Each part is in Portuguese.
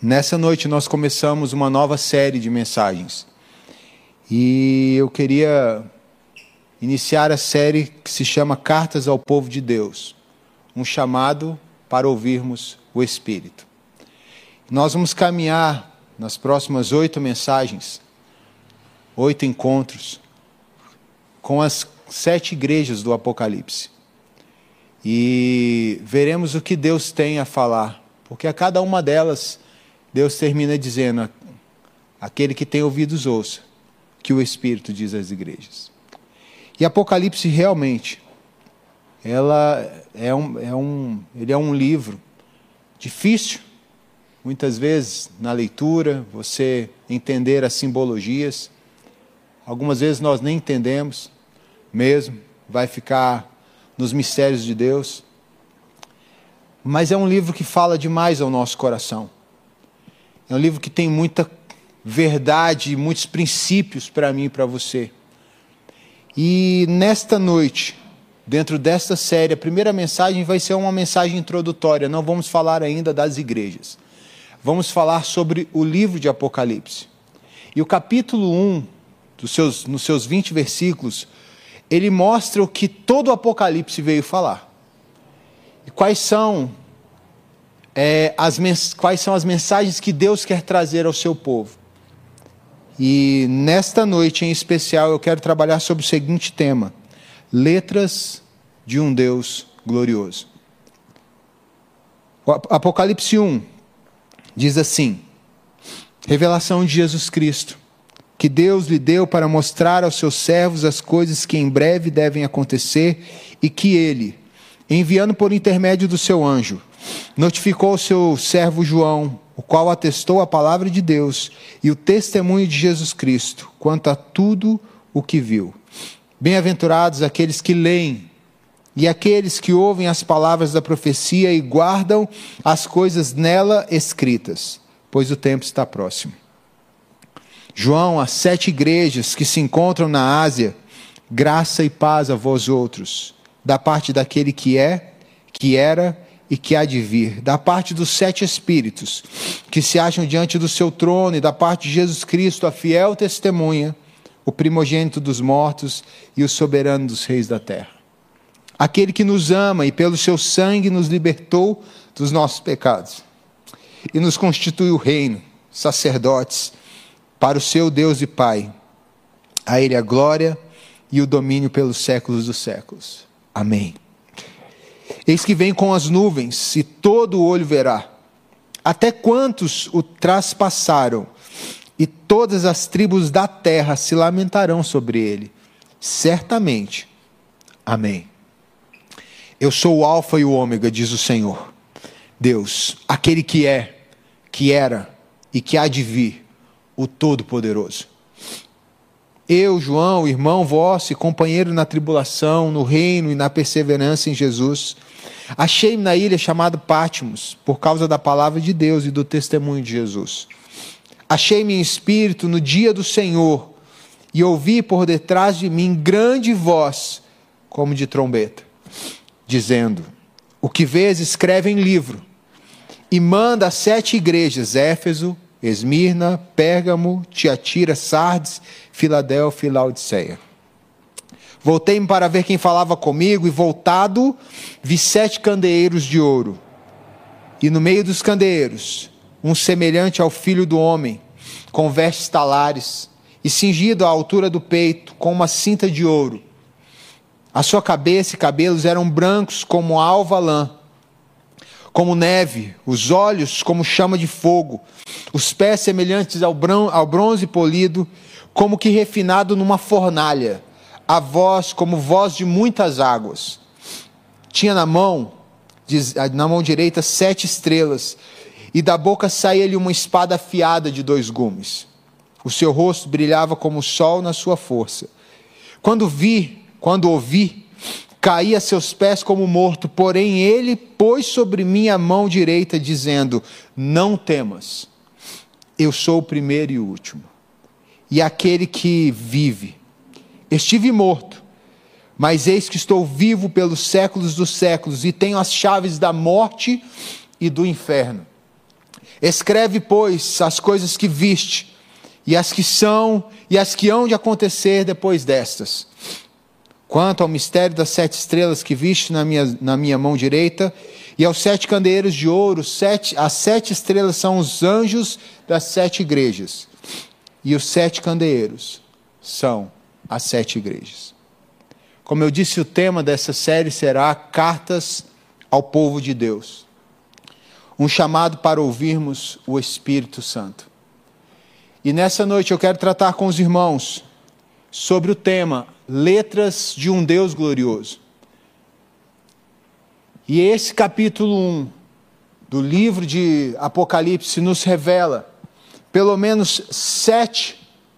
Nessa noite nós começamos uma nova série de mensagens. E eu queria iniciar a série que se chama Cartas ao Povo de Deus. Um chamado para ouvirmos o Espírito. Nós vamos caminhar nas próximas 8 mensagens, 8 encontros, com as 7 igrejas do Apocalipse. E veremos o que Deus tem a falar, porque a cada uma delas Deus termina dizendo: aquele que tem ouvidos ouça, que o Espírito diz às igrejas. E Apocalipse realmente, ele é um livro difícil, muitas vezes na leitura, você entender as simbologias. Algumas vezes nós nem entendemos mesmo, vai ficar nos mistérios de Deus. Mas é um livro que fala demais ao nosso coração. É um livro que tem muita verdade, muitos princípios para mim e para você. E nesta noite, dentro desta série, a primeira mensagem vai ser uma mensagem introdutória. Não vamos falar ainda das igrejas. Vamos falar sobre o livro de Apocalipse. E o capítulo 1, nos seus 20 versículos, ele mostra o que todo o Apocalipse veio falar. E quais são as mensagens que Deus quer trazer ao seu povo. E nesta noite em especial eu quero trabalhar sobre o seguinte tema: letras de um Deus glorioso. O Apocalipse 1 diz assim: revelação de Jesus Cristo, que Deus lhe deu para mostrar aos seus servos as coisas que em breve devem acontecer, e que ele, enviando por intermédio do seu anjo, notificou ao seu servo João, o qual atestou a palavra de Deus e o testemunho de Jesus Cristo, quanto a tudo o que viu. Bem-aventurados aqueles que leem, e aqueles que ouvem as palavras da profecia e guardam as coisas nela escritas, pois o tempo está próximo. João, às 7 igrejas que se encontram na Ásia, graça e paz a vós outros, da parte daquele que é, que era e que há de vir, da parte dos 7 Espíritos que se acham diante do seu trono, e da parte de Jesus Cristo, a fiel testemunha, o primogênito dos mortos e o soberano dos reis da terra. Aquele que nos ama e pelo seu sangue nos libertou dos nossos pecados e nos constituiu reino, sacerdotes, para o seu Deus e Pai. A ele a glória e o domínio pelos séculos dos séculos. Amém. Eis que vem com as nuvens, e todo o olho verá, até quantos o traspassaram, e todas as tribos da terra se lamentarão sobre ele. Certamente. Amém. Eu sou o Alfa e o Ômega, diz o Senhor Deus, aquele que é, que era e que há de vir, o Todo-Poderoso. Eu, João, irmão vosso e companheiro na tribulação, no reino e na perseverança em Jesus, achei-me na ilha chamada Patmos, por causa da palavra de Deus e do testemunho de Jesus. Achei-me em espírito no dia do Senhor, e ouvi por detrás de mim grande voz, como de trombeta, dizendo: o que vês, escreve em livro, e manda às 7 igrejas, Éfeso, Esmirna, Pérgamo, Tiatira, Sardes, Filadélfia e Laodiceia. Voltei-me para ver quem falava comigo, e voltado, vi 7 candeeiros de ouro. E no meio dos candeeiros, um semelhante ao filho do homem, com vestes talares, e cingido à altura do peito, com uma cinta de ouro. A sua cabeça e cabelos eram brancos como alva lã, como neve, os olhos como chama de fogo, os pés semelhantes ao bronze polido, como que refinado numa fornalha, a voz como voz de muitas águas. Tinha na mão direita 7 estrelas, e da boca saía-lhe uma espada afiada de 2 gumes. O seu rosto brilhava como o sol na sua força. Quando ouvi, caí a seus pés como morto, porém ele pôs sobre mim a mão direita, dizendo: não temas, eu sou o primeiro e o último, e aquele que vive. Estive morto, mas eis que estou vivo pelos séculos dos séculos, e tenho as chaves da morte e do inferno. Escreve, pois, as coisas que viste, e as que são, e as que hão de acontecer depois destas. Quanto ao mistério das 7 estrelas que viste na minha mão direita, e aos 7 candeeiros de ouro, as 7 estrelas são os anjos das 7 igrejas, e os 7 candeeiros são as 7 igrejas. Como eu disse, o tema dessa série será Cartas ao Povo de Deus. Um chamado para ouvirmos o Espírito Santo. E nessa noite eu quero tratar com os irmãos sobre o tema Letras de um Deus Glorioso. E esse capítulo 1 do livro de Apocalipse nos revela pelo menos 7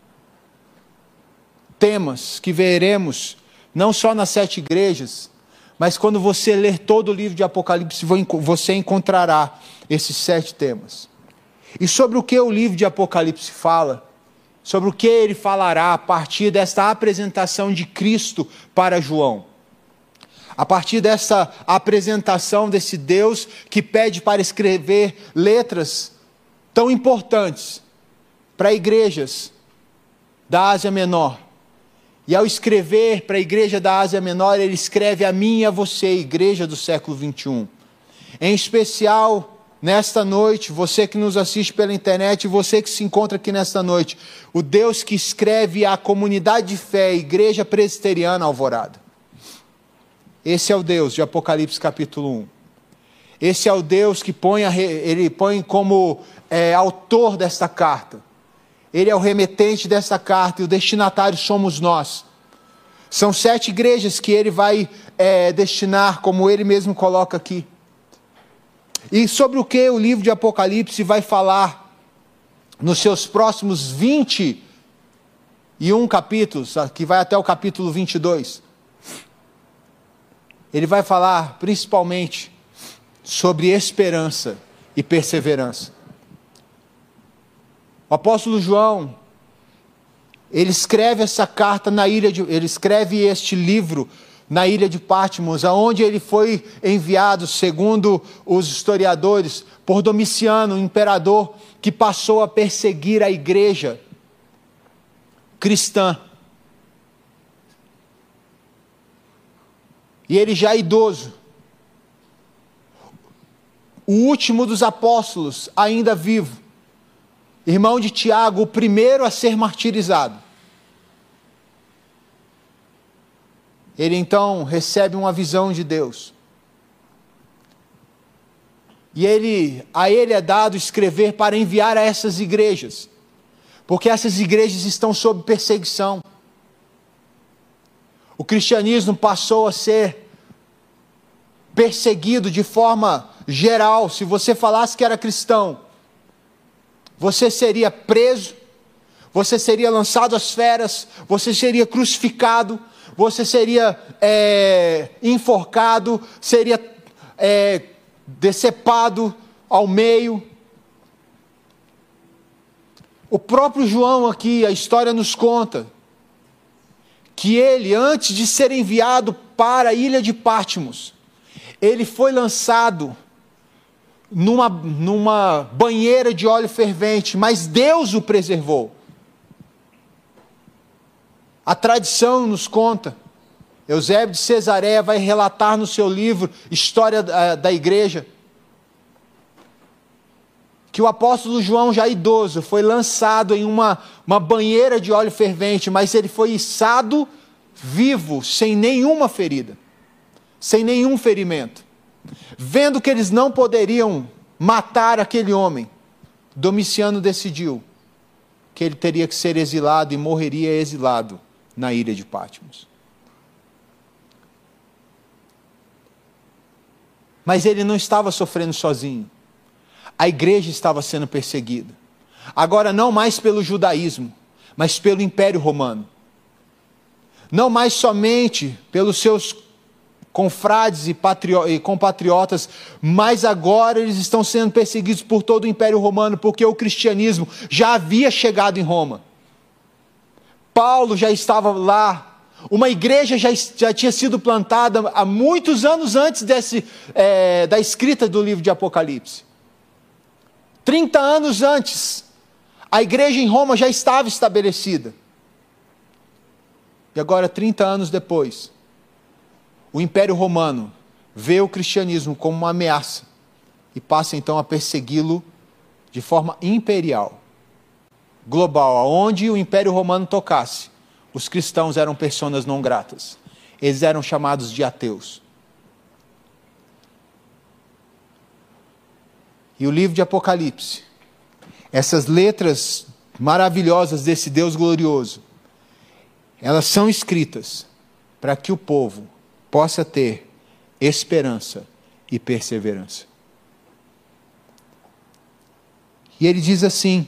temas que veremos, não só nas 7 igrejas, mas quando você ler todo o livro de Apocalipse, você encontrará esses 7 temas. E sobre o que o livro de Apocalipse fala, sobre o que ele falará a partir desta apresentação de Cristo para João. A partir dessa apresentação desse Deus que pede para escrever letras tão importantes para igrejas da Ásia Menor. E ao escrever para a igreja da Ásia Menor, ele escreve a mim e a você, igreja do século 21. Em especial, nesta noite, você que nos assiste pela internet, você que se encontra aqui nesta noite, o Deus que escreve a comunidade de fé, a Igreja Presbiteriana Alvorada. Esse é o Deus de Apocalipse capítulo 1. Esse é o Deus que ele põe como autor desta carta. Ele é o remetente dessa carta e o destinatário somos nós. São 7 igrejas que ele vai destinar, como ele mesmo coloca aqui. E sobre o que o livro de Apocalipse vai falar nos seus próximos 21 capítulos, que vai até o capítulo 22. Ele vai falar principalmente sobre esperança e perseverança. O apóstolo João, ele escreve essa carta ele escreve este livro na ilha de Patmos, aonde ele foi enviado, segundo os historiadores, por Domiciano, o imperador, que passou a perseguir a igreja cristã. E ele já idoso, o último dos apóstolos, ainda vivo, irmão de Tiago, o primeiro a ser martirizado. Ele então recebe uma visão de Deus. E a ele é dado escrever para enviar a essas igrejas, porque essas igrejas estão sob perseguição. O cristianismo passou a ser perseguido de forma geral. Se você falasse que era cristão, você seria preso, você seria lançado às feras, você seria crucificado, você seria enforcado, seria decepado ao meio. O próprio João aqui, a história nos conta, que ele, antes de ser enviado para a ilha de Patmos, ele foi lançado numa banheira de óleo fervente, mas Deus o preservou. A tradição nos conta, Eusébio de Cesareia vai relatar no seu livro História da Igreja, que o apóstolo João, já idoso, foi lançado em uma banheira de óleo fervente, mas ele foi içado vivo, sem nenhuma ferida, sem nenhum ferimento. Vendo que eles não poderiam matar aquele homem, Domiciano decidiu que ele teria que ser exilado e morreria exilado na ilha de Patmos. Mas ele não estava sofrendo sozinho. A igreja estava sendo perseguida. Agora não mais pelo judaísmo, mas pelo Império Romano. Não mais somente pelos seus confrades e compatriotas, mas agora eles estão sendo perseguidos por todo o Império Romano, porque o cristianismo já havia chegado em Roma. Paulo já estava lá, uma igreja já tinha sido plantada há muitos anos antes da escrita do livro de Apocalipse. 30 anos antes, a igreja em Roma já estava estabelecida. E agora, 30 anos depois, o Império Romano vê o cristianismo como uma ameaça e passa então a persegui-lo de forma imperial, global. Aonde o Império Romano tocasse, os cristãos eram pessoas não gratas. Eles eram chamados de ateus. E o livro de Apocalipse, essas letras maravilhosas desse Deus glorioso, elas são escritas para que o povo possa ter esperança e perseverança. E ele diz assim: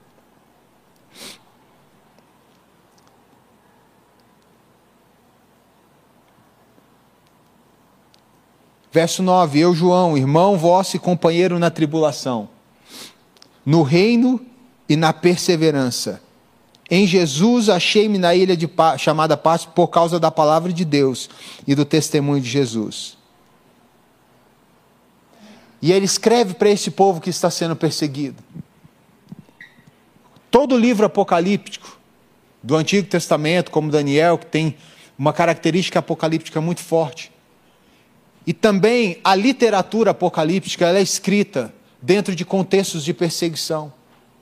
verso 9: eu, João, irmão vosso e companheiro na tribulação, no reino e na perseverança. Em Jesus achei-me na ilha chamada Patmos por causa da palavra de Deus e do testemunho de Jesus. E ele escreve para esse povo que está sendo perseguido. Todo o livro apocalíptico do Antigo Testamento, como Daniel, que tem uma característica apocalíptica muito forte. E também a literatura apocalíptica, ela é escrita dentro de contextos de perseguição,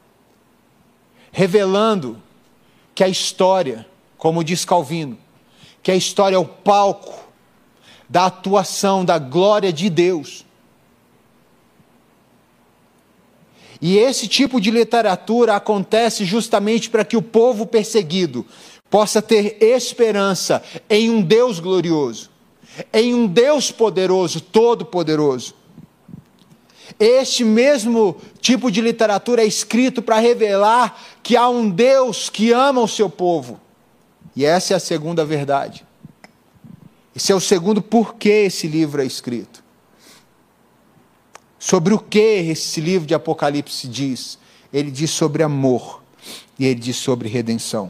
revelando que a história, como diz Calvino, que a história é o palco da atuação, da glória de Deus. E esse tipo de literatura acontece justamente para que o povo perseguido possa ter esperança em um Deus glorioso, em um Deus poderoso, todo-poderoso. Este mesmo tipo de literatura é escrito para revelar que há um Deus que ama o seu povo. E essa é a segunda verdade. Esse é o segundo porquê esse livro é escrito. Sobre o que esse livro de Apocalipse diz? Ele diz sobre amor e ele diz sobre redenção.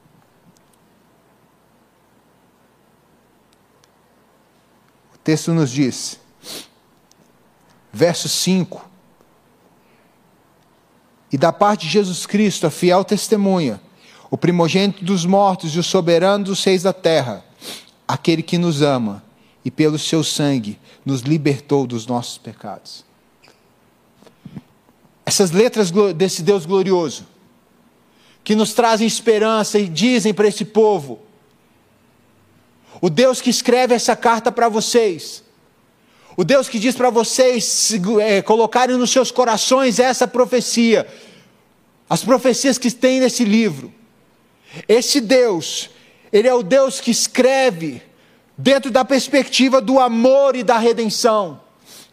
O texto nos diz, verso 5: e da parte de Jesus Cristo, a fiel testemunha, o primogênito dos mortos e o soberano dos reis da terra, aquele que nos ama e pelo seu sangue nos libertou dos nossos pecados. Essas letras desse Deus glorioso, que nos trazem esperança e dizem para esse povo, o Deus que escreve essa carta para vocês, o Deus que diz para vocês colocarem nos seus corações essa profecia, as profecias que tem nesse livro. Esse Deus, Ele é o Deus que escreve dentro da perspectiva do amor e da redenção.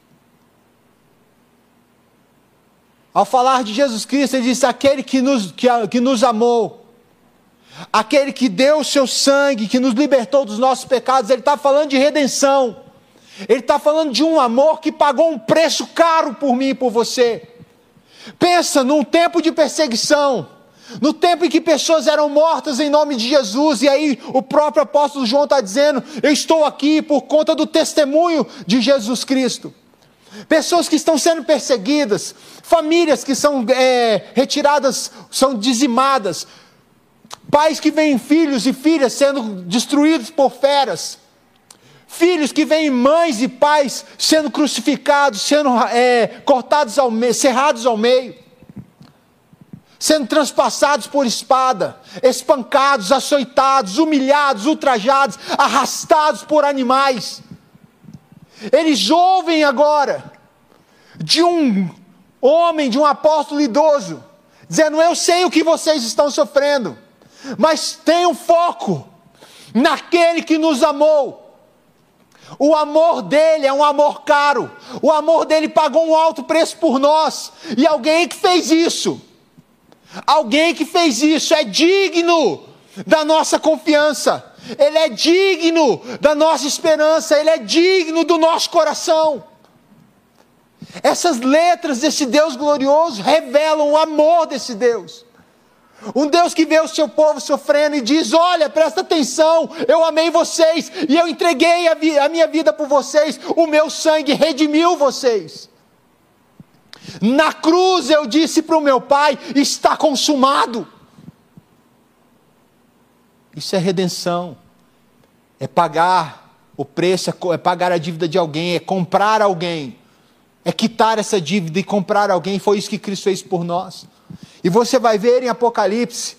Ao falar de Jesus Cristo, ele diz: aquele que nos amou, aquele que deu o seu sangue, que nos libertou dos nossos pecados. Ele está falando de redenção. Ele está falando de um amor que pagou um preço caro por mim e por você. Pensa num tempo de perseguição, no tempo em que pessoas eram mortas em nome de Jesus, e aí o próprio apóstolo João está dizendo: eu estou aqui por conta do testemunho de Jesus Cristo. Pessoas que estão sendo perseguidas, famílias que são retiradas, são dizimadas, pais que veem filhos e filhas sendo destruídos por feras, filhos que veem mães e pais sendo crucificados, sendo cortados ao meio, serrados ao meio, sendo transpassados por espada, espancados, açoitados, humilhados, ultrajados, arrastados por animais. Eles ouvem agora de um homem, de um apóstolo idoso, dizendo: eu sei o que vocês estão sofrendo, mas tenham foco naquele que nos amou. O amor dele é um amor caro, o amor dele pagou um alto preço por nós, e alguém que fez isso é digno da nossa confiança. Ele é digno da nossa esperança, Ele é digno do nosso coração. Essas letras desse Deus glorioso revelam o amor desse Deus. Um Deus que vê o seu povo sofrendo e diz: olha, presta atenção, eu amei vocês e eu entreguei a minha vida por vocês, o meu sangue redimiu vocês. Na cruz eu disse para o meu Pai: está consumado. Isso é redenção, é pagar o preço, é pagar a dívida de alguém, é comprar alguém, é quitar essa dívida e comprar alguém. Foi isso que Cristo fez por nós. E você vai ver em Apocalipse,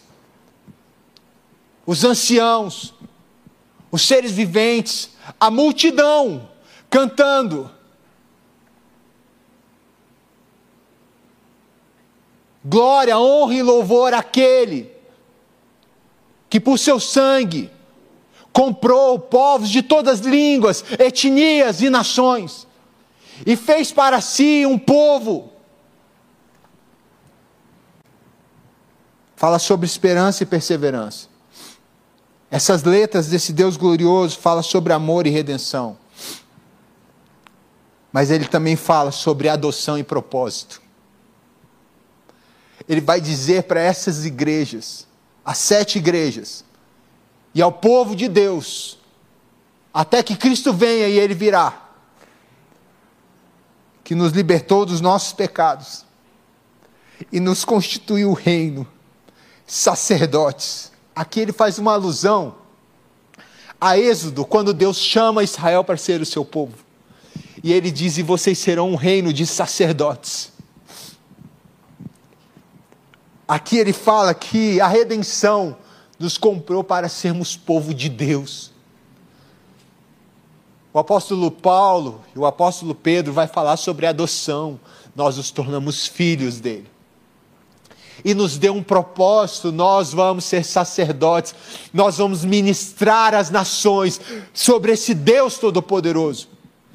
os anciãos, os seres viventes, a multidão cantando: glória, honra e louvor àquele que por seu sangue comprou povos de todas as línguas, etnias e nações, e fez para si um povo. Fala sobre esperança e perseverança. Essas letras desse Deus glorioso falam sobre amor e redenção. Mas ele também fala sobre adoção e propósito. Ele vai dizer para essas igrejas, as 7 igrejas, e ao povo de Deus, até que Cristo venha, e Ele virá, que nos libertou dos nossos pecados, e nos constituiu reino, sacerdotes. Aqui ele faz uma alusão a Êxodo, quando Deus chama Israel para ser o seu povo. E ele diz: e vocês serão um reino de sacerdotes. Aqui ele fala que a redenção nos comprou para sermos povo de Deus. O apóstolo Paulo e o apóstolo Pedro vai falar sobre a adoção. Nós nos tornamos filhos dele. E nos deu um propósito: nós vamos ser sacerdotes, nós vamos ministrar às nações sobre esse Deus Todo-Poderoso.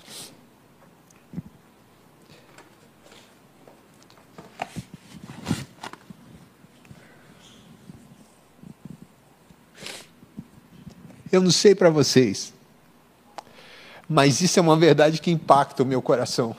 Eu não sei para vocês, mas isso é uma verdade que impacta o meu coração.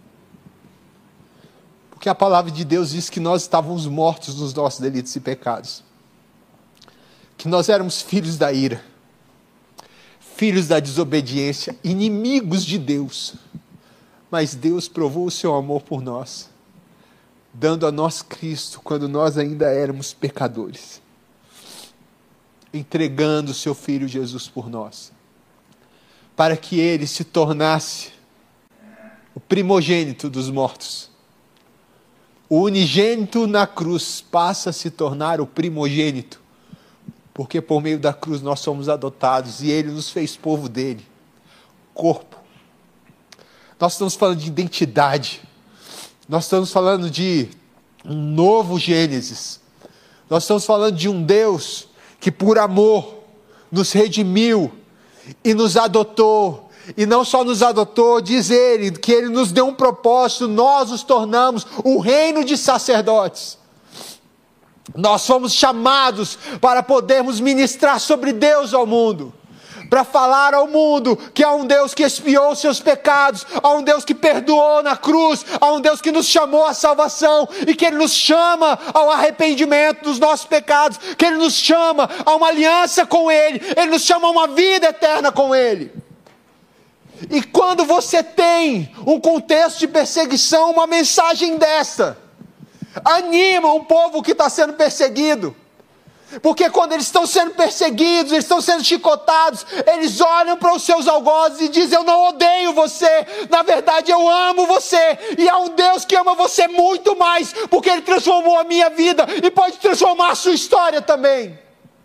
Porque a palavra de Deus diz que nós estávamos mortos nos nossos delitos e pecados. Que nós éramos filhos da ira, filhos da desobediência, inimigos de Deus. Mas Deus provou o seu amor por nós, dando a nós Cristo quando nós ainda éramos pecadores, entregando o seu Filho Jesus por nós, para que ele se tornasse o primogênito dos mortos. O unigênito na cruz passa a se tornar o primogênito, porque por meio da cruz nós somos adotados e ele nos fez povo dele, corpo. Nós estamos falando de identidade, nós estamos falando de um novo Gênesis, nós estamos falando de um Deus que por amor nos redimiu e nos adotou. E não só nos adotou, diz ele, que ele nos deu um propósito: nós nos tornamos um reino de sacerdotes. Nós fomos chamados para podermos ministrar sobre Deus ao mundo, para falar ao mundo que há um Deus que expiou os seus pecados, há um Deus que perdoou na cruz, há um Deus que nos chamou à salvação, e que Ele nos chama ao arrependimento dos nossos pecados, que Ele nos chama a uma aliança com Ele, Ele nos chama a uma vida eterna com Ele. E quando você tem um contexto de perseguição, uma mensagem dessa anima um povo que está sendo perseguido. Porque quando eles estão sendo perseguidos, eles estão sendo chicotados, eles olham para os seus algozes e dizem: eu não odeio você, na verdade eu amo você, e há um Deus que ama você muito mais, porque Ele transformou a minha vida, e pode transformar a sua história também.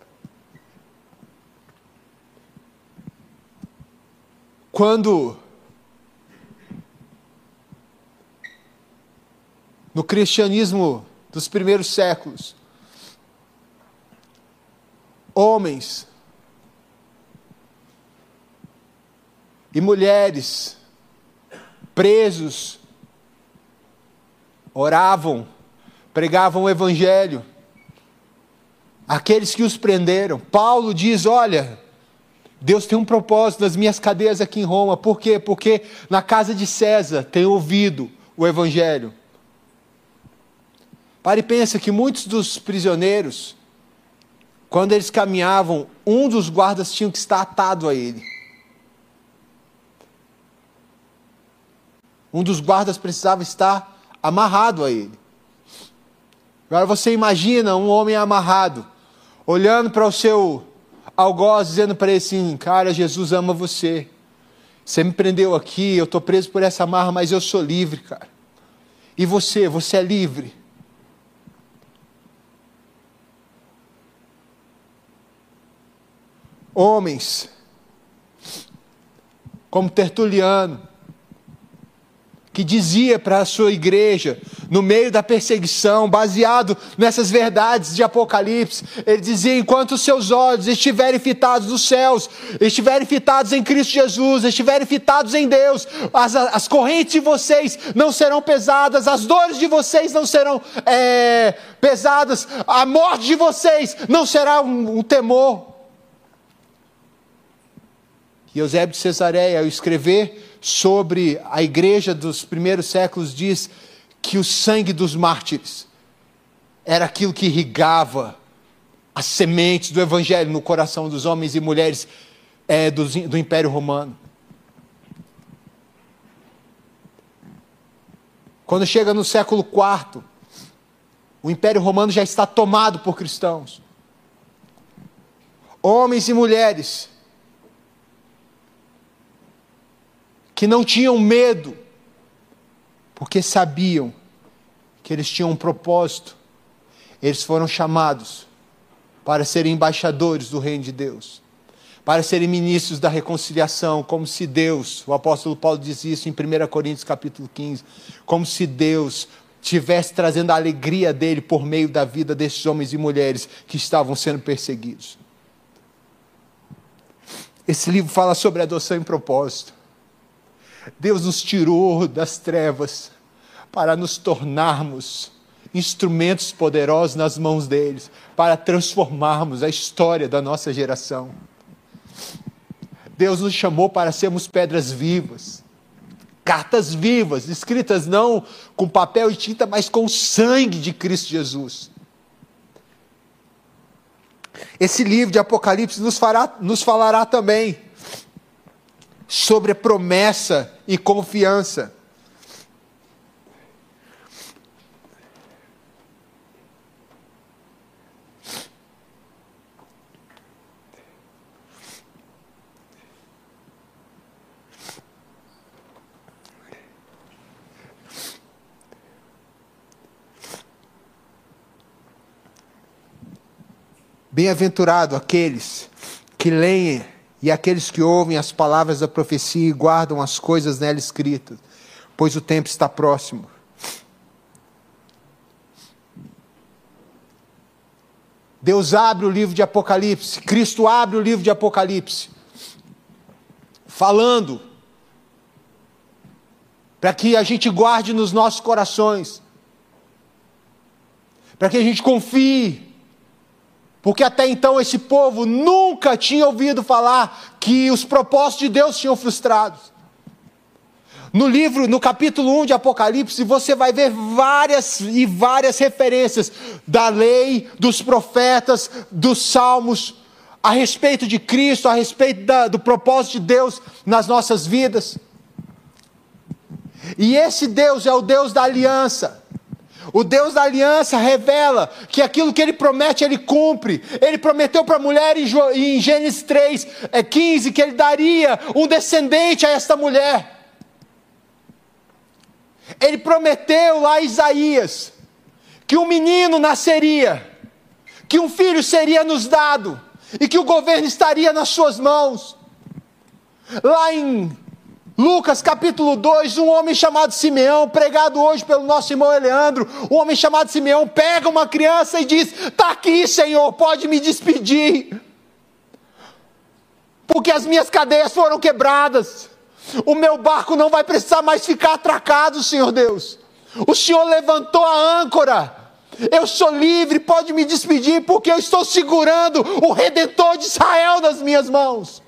Quando no cristianismo dos primeiros séculos, homens e mulheres presos oravam, pregavam o evangelho, aqueles que os prenderam. Paulo diz: olha, Deus tem um propósito nas minhas cadeias aqui em Roma. Por quê? Porque na casa de César tenho ouvido o evangelho. Pare e pensa que muitos dos prisioneiros, quando eles caminhavam, um dos guardas tinha que estar atado a ele. Um dos guardas precisava estar amarrado a ele. Agora você imagina um homem amarrado, olhando para o seu algoz, dizendo para ele assim: cara, Jesus ama você. Você me prendeu aqui, eu estou preso por essa amarra, mas eu sou livre, cara. E você é livre. Homens, como Tertuliano, que dizia para a sua igreja, no meio da perseguição, baseado nessas verdades de Apocalipse, ele dizia: enquanto os seus olhos estiverem fitados nos céus, estiverem fitados em Cristo Jesus, estiverem fitados em Deus, as correntes de vocês não serão pesadas, as dores de vocês não serão pesadas, a morte de vocês não será um temor. E Eusébio de Cesareia, ao escrever sobre a igreja dos primeiros séculos, diz que o sangue dos mártires era aquilo que irrigava as sementes do evangelho no coração dos homens e mulheres do Império Romano. Quando chega no século IV, o Império Romano já está tomado por cristãos. Homens e mulheres que não tinham medo, porque sabiam que eles tinham um propósito. Eles foram chamados para serem embaixadores do reino de Deus, para serem ministros da reconciliação, como se Deus, o apóstolo Paulo diz isso em 1 Coríntios capítulo 15, como se Deus estivesse trazendo a alegria dele por meio da vida desses homens e mulheres que estavam sendo perseguidos. Esse livro fala sobre adoção e propósito. Deus nos tirou das trevas para nos tornarmos instrumentos poderosos nas mãos deles, para transformarmos a história da nossa geração. Deus nos chamou para sermos pedras vivas, cartas vivas, escritas não com papel e tinta, mas com o sangue de Cristo Jesus. Esse livro de Apocalipse nos falará também sobre promessa e confiança. Bem-aventurado aqueles que leem e aqueles que ouvem as palavras da profecia e guardam as coisas nela escritas, pois o tempo está próximo. Deus abre o livro de Apocalipse, Cristo abre o livro de Apocalipse, falando para que a gente guarde nos nossos corações, para que a gente confie, porque até então esse povo nunca tinha ouvido falar que os propósitos de Deus tinham frustrados. No capítulo 1 de Apocalipse, você vai ver várias e várias referências da lei, dos profetas, dos salmos, a respeito de Cristo, a respeito do propósito de Deus nas nossas vidas. E esse Deus é o Deus da aliança. O Deus da aliança revela que aquilo que Ele promete, Ele cumpre. Ele prometeu para a mulher em Gênesis 3:15 que Ele daria um descendente a esta mulher. Ele prometeu lá em Isaías que um menino nasceria, que um filho seria nos dado e que o governo estaria nas suas mãos. Lá em Lucas capítulo 2, um homem chamado Simeão, pregado hoje pelo nosso irmão Eleandro, um homem chamado Simeão pega uma criança e diz: está aqui, Senhor, pode me despedir, porque as minhas cadeias foram quebradas, o meu barco não vai precisar mais ficar atracado, Senhor Deus, o Senhor levantou a âncora, eu sou livre, pode me despedir, porque eu estou segurando o Redentor de Israel nas minhas mãos.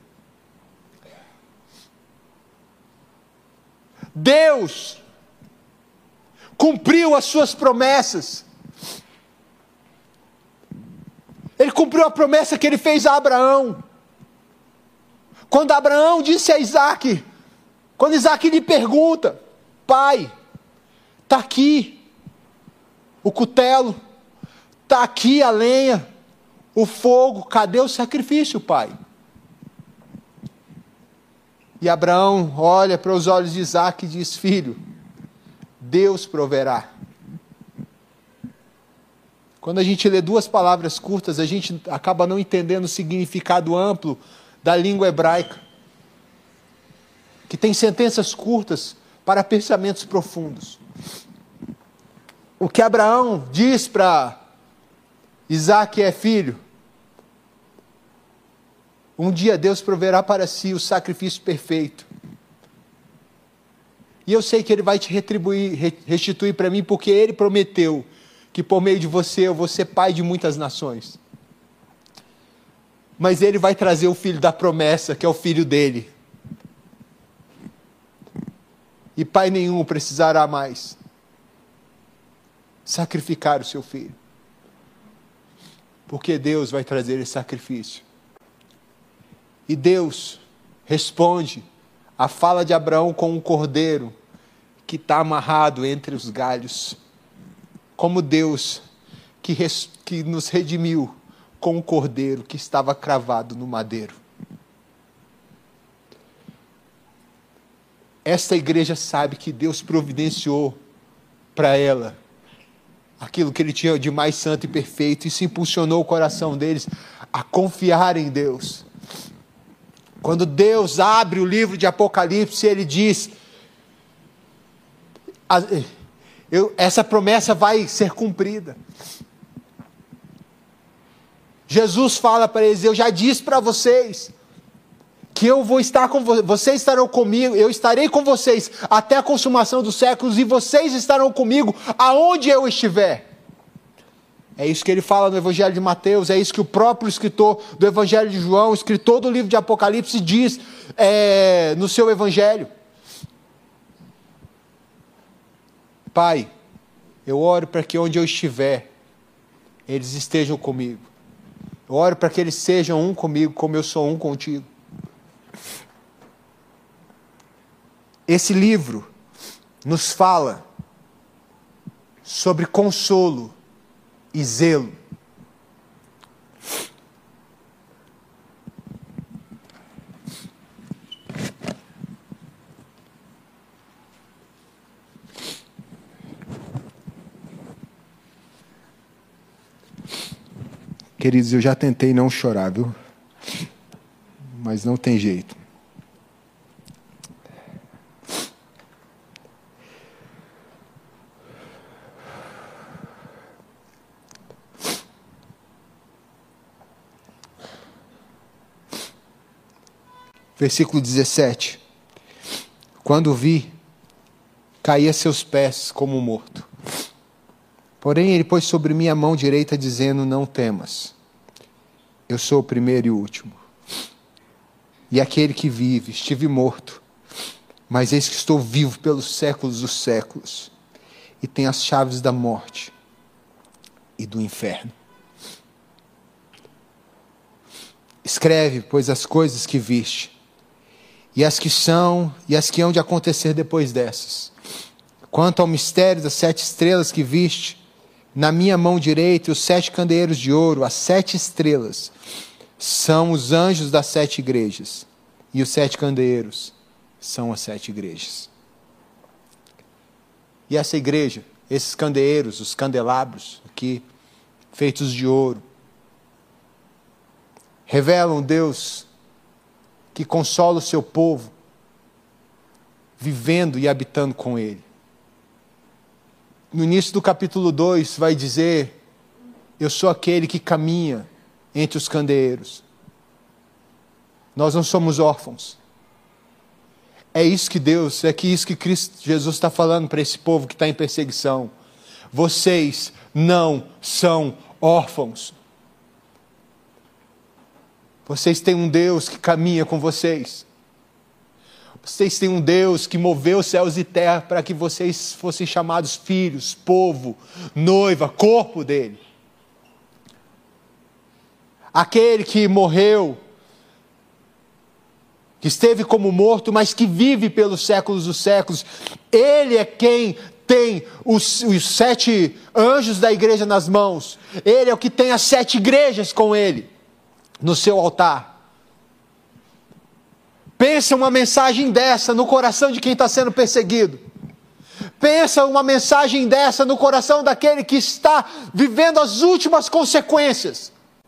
Deus cumpriu as suas promessas. Ele cumpriu a promessa que Ele fez a Abraão. Quando Abraão disse a Isaac, quando Isaac lhe pergunta: pai, Está aqui o cutelo, está aqui a lenha, o fogo, cadê o sacrifício, pai? E Abraão olha para os olhos de Isaac e diz: filho, Deus proverá. Quando a gente lê duas palavras curtas, a gente acaba não entendendo o significado amplo da língua hebraica, que tem sentenças curtas para pensamentos profundos. O que Abraão diz para Isaac é: filho, um dia Deus proverá para si o sacrifício perfeito. E eu sei que Ele vai te restituir para mim, porque Ele prometeu que por meio de você eu vou ser pai de muitas nações. Mas Ele vai trazer o filho da promessa, que é o filho dele. E pai nenhum precisará mais sacrificar o seu filho, porque Deus vai trazer esse sacrifício. E Deus responde a fala de Abraão com um cordeiro que está amarrado entre os galhos, como Deus que nos redimiu com um cordeiro que estava cravado no madeiro. Esta igreja sabe que Deus providenciou para ela aquilo que Ele tinha de mais santo e perfeito, e isso impulsionou o coração deles a confiar em Deus. Quando Deus abre o livro de Apocalipse, Ele diz: essa promessa vai ser cumprida. Jesus fala para eles: eu já disse para vocês que eu vou estar com vocês, vocês estarão comigo, eu estarei com vocês até a consumação dos séculos, e vocês estarão comigo aonde eu estiver. É isso que ele fala no Evangelho de Mateus, é isso que o próprio escritor do Evangelho de João, escritor do livro de Apocalipse, diz no seu Evangelho. Pai, eu oro para que onde eu estiver, eles estejam comigo. Eu oro para que eles sejam um comigo, como eu sou um contigo. Esse livro nos fala sobre consolo e zelo. Queridos, eu já tentei não chorar, viu? Mas não tem jeito. Versículo 17. Quando vi, caí a seus pés como morto. Porém, ele pôs sobre mim a mão direita, dizendo: não temas, eu sou o primeiro e o último, e aquele que vive. Estive morto, mas eis que estou vivo pelos séculos dos séculos, e tenho as chaves da morte e do inferno. Escreve, pois, as coisas que viste, e as que são, e as que hão de acontecer depois dessas. Quanto ao mistério das 7 estrelas que viste, na minha mão direita, os 7 candeeiros de ouro, as 7 estrelas, são os anjos das 7 igrejas, e os 7 candeeiros são as 7 igrejas. E essa igreja, esses candeeiros, os candelabros aqui, feitos de ouro, revelam Deus que consola o seu povo, vivendo e habitando com Ele. No início do capítulo 2 vai dizer: eu sou aquele que caminha entre os candeeiros. Nós não somos órfãos. É isso que isso que Cristo Jesus está falando para esse povo que está em perseguição. Vocês não são órfãos. Vocês têm um Deus que caminha com vocês. Vocês têm um Deus que moveu céus e terra para que vocês fossem chamados filhos, povo, noiva, corpo dele. Aquele que morreu, que esteve como morto, mas que vive pelos séculos dos séculos. Ele é quem tem os 7 anjos da igreja nas mãos. Ele é o que tem as 7 igrejas com ele no seu altar. Pensa uma mensagem dessa no coração de quem está sendo perseguido. Pensa uma mensagem dessa no coração daquele que está vivendo as últimas consequências.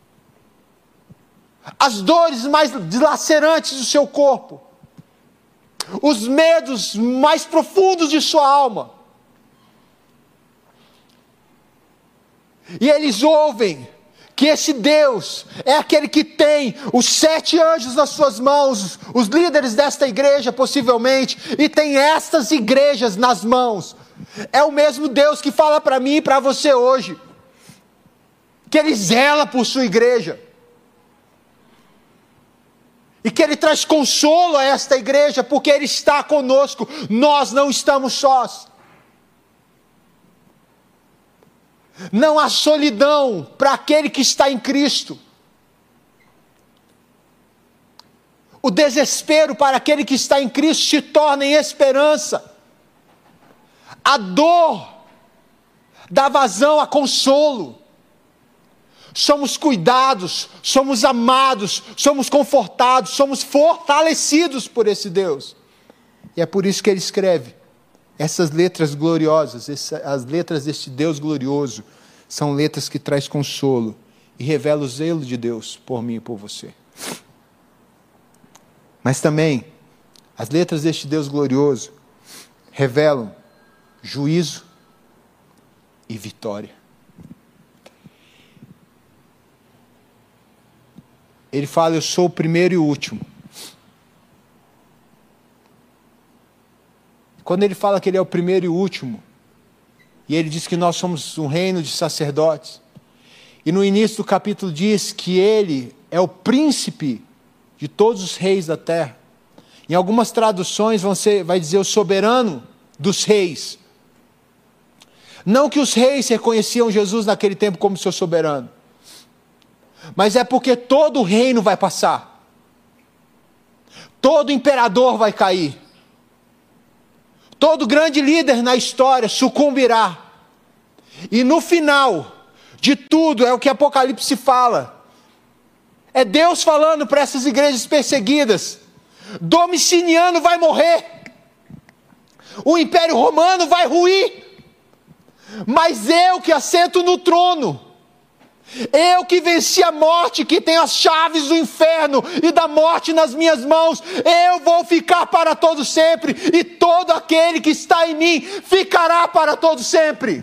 As dores mais dilacerantes do seu corpo. Os medos mais profundos de sua alma. E eles ouvem que esse Deus é aquele que tem os 7 anjos nas suas mãos, os líderes desta igreja possivelmente, e tem estas igrejas nas mãos. É o mesmo Deus que fala para mim e para você hoje, que Ele zela por sua igreja, e que Ele traz consolo a esta igreja, porque Ele está conosco, nós não estamos sós. Não há solidão para aquele que está em Cristo. O desespero para aquele que está em Cristo se torna em esperança. A dor dá vazão a consolo. Somos cuidados, somos amados, somos confortados, somos fortalecidos por esse Deus. E é por isso que ele escreve essas letras gloriosas, as letras deste Deus glorioso, são letras que traz consolo e revela o zelo de Deus por mim e por você. Mas também, as letras deste Deus glorioso revelam juízo e vitória. Ele fala, eu sou o primeiro e o último. Quando ele fala que ele é o primeiro e o último, e ele diz que nós somos um reino de sacerdotes, e no início do capítulo diz que ele é o príncipe de todos os reis da terra. Em algumas traduções vai dizer o soberano dos reis. Não que os reis reconheciam Jesus naquele tempo como seu soberano, mas é porque todo o reino vai passar, todo imperador vai cair, todo grande líder na história sucumbirá. E no final de tudo, é o que Apocalipse fala. É Deus falando para essas igrejas perseguidas. Domiciano vai morrer. O Império Romano vai ruir. Mas eu que assento no trono, eu que venci a morte, que tenho as chaves do inferno e da morte nas minhas mãos, eu vou ficar para todo sempre, e todo aquele que está em mim ficará para todo sempre.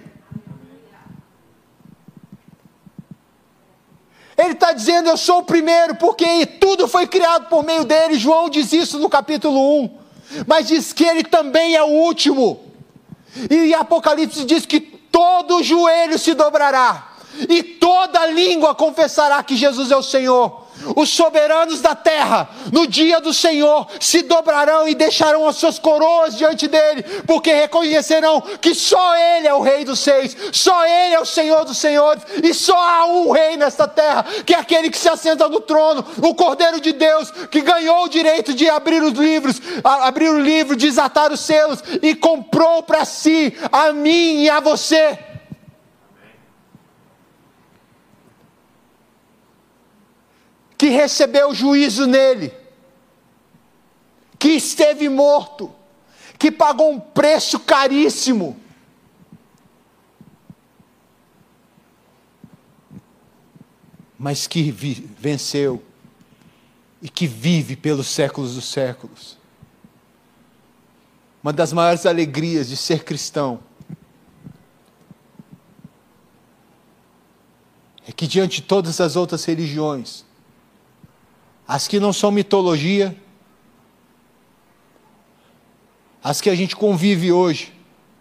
Ele está dizendo, eu sou o primeiro, porque tudo foi criado por meio dele. João diz isso no capítulo 1, mas diz que ele também é o último. E Apocalipse diz que todo joelho se dobrará, e toda língua confessará que Jesus é o Senhor. Os soberanos da terra, no dia do Senhor, se dobrarão e deixarão as suas coroas diante dele, porque reconhecerão que só ele é o Rei dos Reis, só ele é o Senhor dos Senhores, e só há um rei nesta terra, que é aquele que se assenta no trono, o Cordeiro de Deus, que ganhou o direito de abrir os livros, abrir o livro, desatar os selos, e comprou para si, a mim e a você. Que recebeu juízo nele, que esteve morto, que pagou um preço caríssimo, mas que venceu e que vive pelos séculos dos séculos. Uma das maiores alegrias de ser cristão é que diante de todas as outras religiões, as que não são mitologia, as que a gente convive hoje,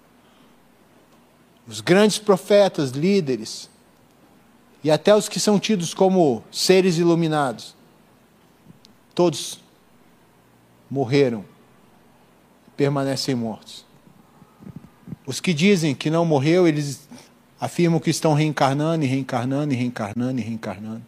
os grandes profetas, líderes, e até os que são tidos como seres iluminados, todos morreram, permanecem mortos. Os que dizem que não morreu, eles afirmam que estão reencarnando, e reencarnando, e reencarnando, e reencarnando.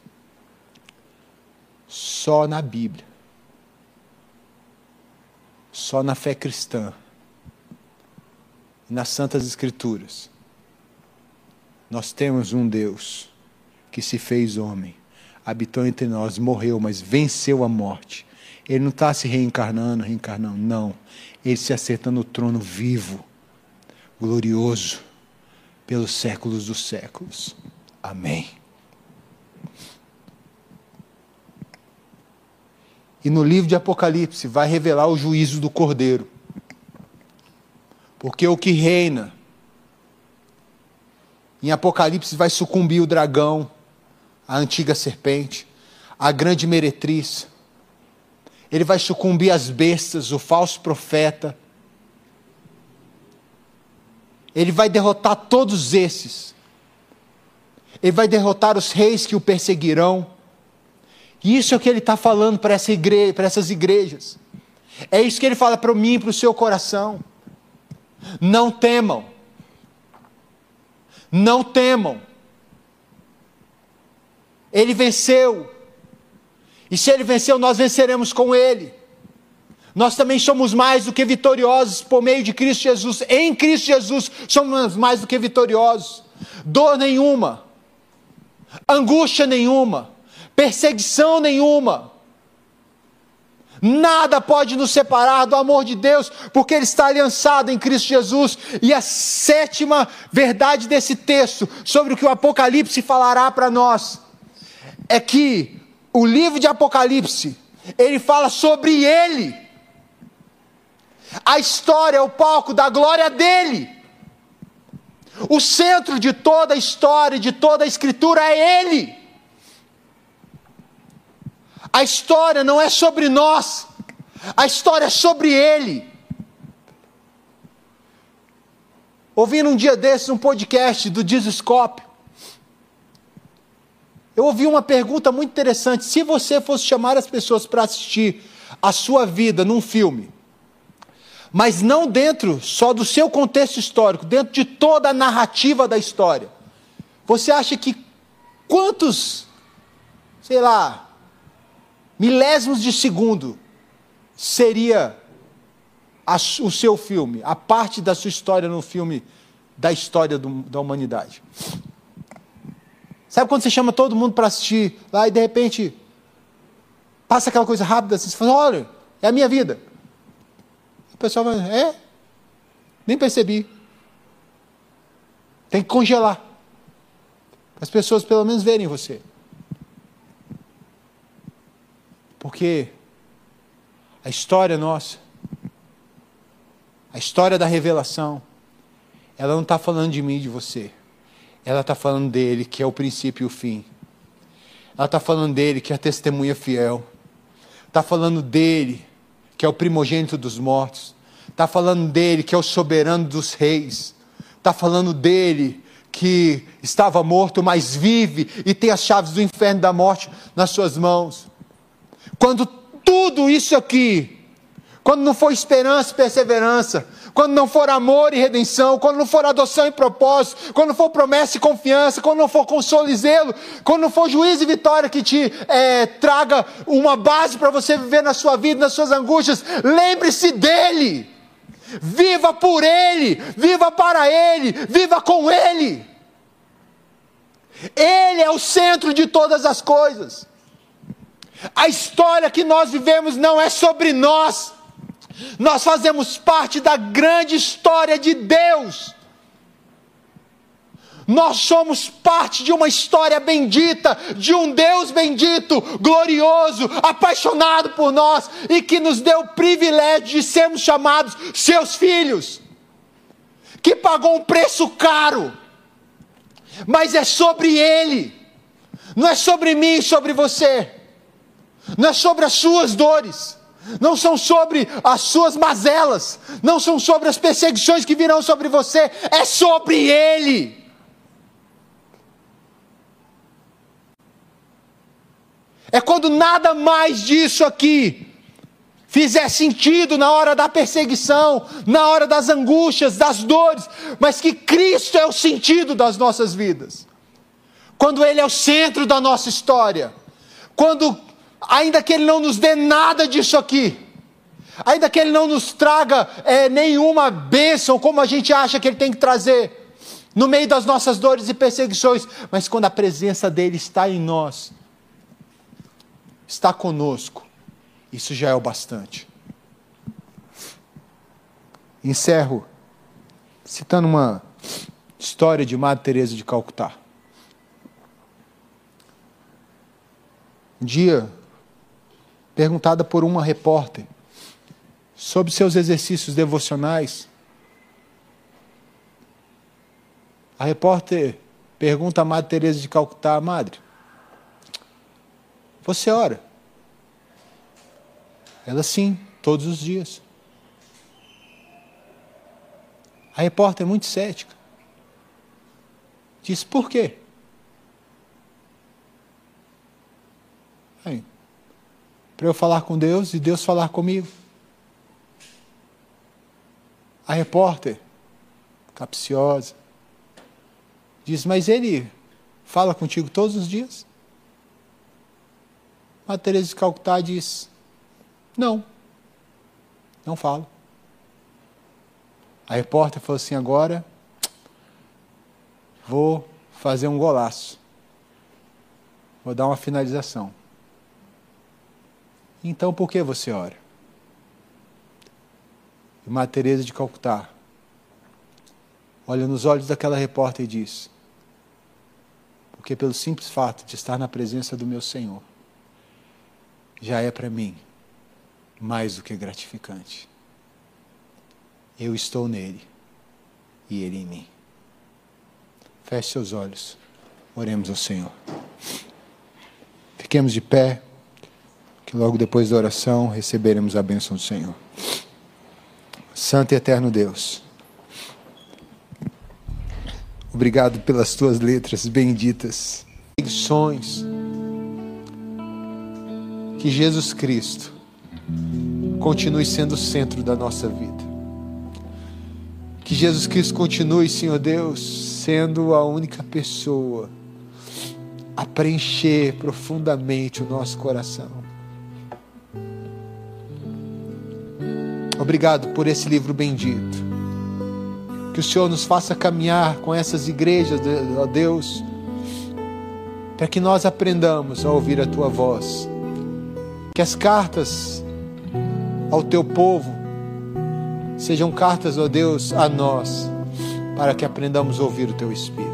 Só na Bíblia, só na fé cristã, E nas Santas Escrituras, nós temos um Deus que se fez homem, habitou entre nós, morreu, mas venceu a morte. Ele não está se reencarnando, não. Ele se assenta no trono vivo, glorioso, pelos séculos dos séculos. Amém. E no livro de Apocalipse vai revelar o juízo do Cordeiro. Porque o que reina em Apocalipse vai sucumbir o dragão, a antiga serpente, a grande meretriz. Ele vai sucumbir às bestas, o falso profeta. Ele vai derrotar todos esses. Ele vai derrotar os reis que o perseguirão. E isso é o que ele está falando para essas igrejas. É isso que ele fala para mim e para o seu coração. Não temam. Não temam. Ele venceu. E se ele venceu, nós venceremos com ele. Nós também somos mais do que vitoriosos por meio de Cristo Jesus. Em Cristo Jesus somos mais do que vitoriosos. Dor nenhuma, angústia nenhuma, perseguição nenhuma. Nada pode nos separar do amor de Deus, porque Ele está aliançado em Cristo Jesus. E a sétima verdade desse texto, sobre o que o Apocalipse falará para nós, é que o livro de Apocalipse, ele fala sobre Ele. A história é o palco da glória dEle. O centro de toda a história, de toda a Escritura é Ele. A história não é sobre nós, a história é sobre Ele. Ouvindo um dia desses um podcast do Dizoscope, eu ouvi uma pergunta muito interessante. Se você fosse chamar as pessoas para assistir a sua vida num filme, mas não dentro só do seu contexto histórico, dentro de toda a narrativa da história, você acha que quantos, milésimos de segundo seria o seu filme, a parte da sua história no filme da história da humanidade? Sabe quando você chama todo mundo para assistir lá e de repente passa aquela coisa rápida assim, você fala, olha, é a minha vida. O pessoal vai, nem percebi. Tem que congelar, para as pessoas pelo menos verem você. Porque a história nossa, a história da revelação, ela não está falando de mim e de você. Ela está falando dele, que é o princípio e o fim. Ela está falando dele, que é a testemunha fiel. Está falando dele, que é o primogênito dos mortos. Está falando dele, que é o soberano dos reis. Está falando dele, que estava morto, mas vive e tem as chaves do inferno e da morte nas suas mãos. Quando tudo isso aqui, quando não for esperança e perseverança, quando não for amor e redenção, quando não for adoção e propósito, quando não for promessa e confiança, quando não for consolo e zelo, quando não for juízo e vitória que te traga uma base para você viver na sua vida, nas suas angústias, lembre-se dele, viva por ele, viva para ele, viva com ele. Ele é o centro de todas as coisas. A história que nós vivemos não é sobre nós. Nós fazemos parte da grande história de Deus. Nós somos parte de uma história bendita, de um Deus bendito, glorioso, apaixonado por nós e que nos deu o privilégio de sermos chamados seus filhos, que pagou um preço caro, mas é sobre Ele, não é sobre mim e sobre você, não é sobre as suas dores, não são sobre as suas mazelas, não são sobre as perseguições que virão sobre você, é sobre Ele. É quando nada mais disso aqui fizer sentido na hora da perseguição, na hora das angústias, das dores, mas que Cristo é o sentido das nossas vidas. Quando Ele é o centro da nossa história, quando, ainda que Ele não nos dê nada disso aqui, ainda que Ele não nos traga nenhuma bênção como a gente acha que Ele tem que trazer, no meio das nossas dores e perseguições, mas quando a presença dEle está em nós, está conosco, isso já é o bastante. Encerro citando uma história de Madre Teresa de Calcutá. Um dia, perguntada por uma repórter sobre seus exercícios devocionais, a repórter pergunta a Madre Teresa de Calcutá: Madre, você ora? Ela: sim, todos os dias. A repórter, muito cética, diz: por quê? Para eu falar com Deus e Deus falar comigo. A repórter, capciosa, diz: mas Ele fala contigo todos os dias? Madre Teresa de Calcutá diz: não falo. A repórter falou assim: agora vou fazer um golaço, vou dar uma finalização. Então por que você ora? E Madre Teresa de Calcutá olha nos olhos daquela repórter e diz: porque pelo simples fato de estar na presença do meu Senhor, já é para mim mais do que gratificante. Eu estou nele e ele em mim. Feche seus olhos, oremos ao Senhor. Fiquemos de pé, que logo depois da oração receberemos a bênção do Senhor. Santo e eterno Deus, obrigado pelas tuas letras benditas, sonhos, que Jesus Cristo continue sendo o centro da nossa vida. Que Jesus Cristo continue, Senhor Deus, sendo a única pessoa a preencher profundamente o nosso coração. Obrigado por esse livro bendito. Que o Senhor nos faça caminhar com essas igrejas, ó Deus, para que nós aprendamos a ouvir a Tua voz. Que as cartas ao Teu povo sejam cartas, ó Deus, a nós, para que aprendamos a ouvir o Teu Espírito.